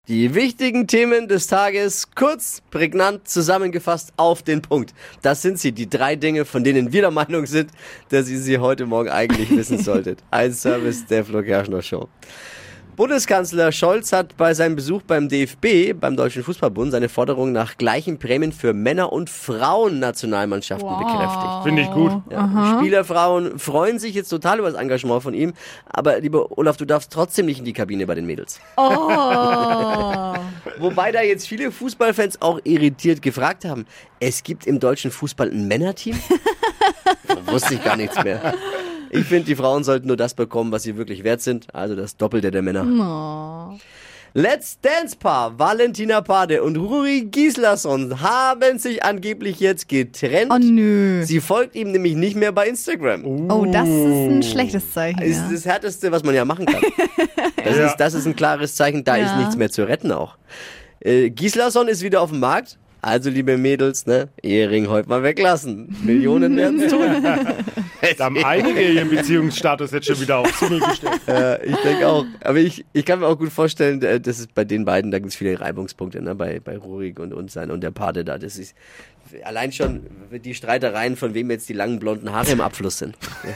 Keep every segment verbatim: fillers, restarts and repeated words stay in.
Die wichtigen Themen des Tages kurz, prägnant zusammengefasst auf den Punkt. Das sind sie, die drei Dinge, von denen wir der Meinung sind, dass ihr sie heute Morgen eigentlich wissen solltet. Ein Service der Flo Kerschner Show. Bundeskanzler Scholz hat bei seinem Besuch beim D F B, beim Deutschen Fußballbund, seine Forderung nach gleichen Prämien für Männer- und Frauen-Nationalmannschaften wow. bekräftigt. Finde ich gut. Ja, Spielerfrauen freuen sich jetzt total über das Engagement von ihm, aber lieber Olaf, du darfst trotzdem nicht in die Kabine bei den Mädels. Oh. Wobei da jetzt viele Fußballfans auch irritiert gefragt haben, es gibt im deutschen Fußball ein Männerteam? Da wusste ich gar nichts mehr. Ich finde, die Frauen sollten nur das bekommen, was sie wirklich wert sind, also das Doppelte der Männer. Oh. Let's Dance-Paar Valentina Pade und Ruri Gislason haben sich angeblich jetzt getrennt. Oh nö. Sie folgt ihm nämlich nicht mehr bei Instagram. Oh, das ist ein schlechtes Zeichen. Das ist Ja. das Härteste, was man ja machen kann. Das, Ja. ist, das ist ein klares Zeichen, da Ja. ist nichts mehr zu retten auch. Äh, Gislason ist wieder auf dem Markt. Also, liebe Mädels, ne, Ehering heute mal weglassen. Millionen werden es tun. Da haben einige ihren Beziehungsstatus jetzt schon wieder auf Single gestellt. Äh, ich denke auch. Aber ich, ich kann mir auch gut vorstellen, äh, dass es bei den beiden, da gibt es viele Reibungspunkte, ne? Bei, bei Rurik und, und sein und der Pate da. Das ist allein schon die Streitereien, von wem jetzt die langen blonden Haare im Abfluss sind.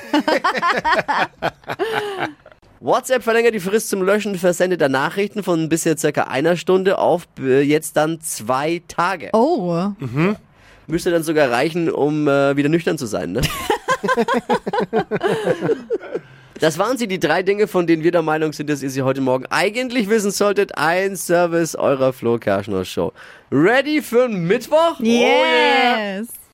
WhatsApp verlängert die Frist zum Löschen versendeter Nachrichten von bisher circa einer Stunde auf äh, jetzt dann zwei Tage. Oh. Mhm. Müsste dann sogar reichen, um äh, wieder nüchtern zu sein, ne? Das waren sie, die drei Dinge, von denen wir der Meinung sind, dass ihr sie heute Morgen eigentlich wissen solltet. Ein Service eurer Flo Kerschner Show. Ready für einen Mittwoch? Yes.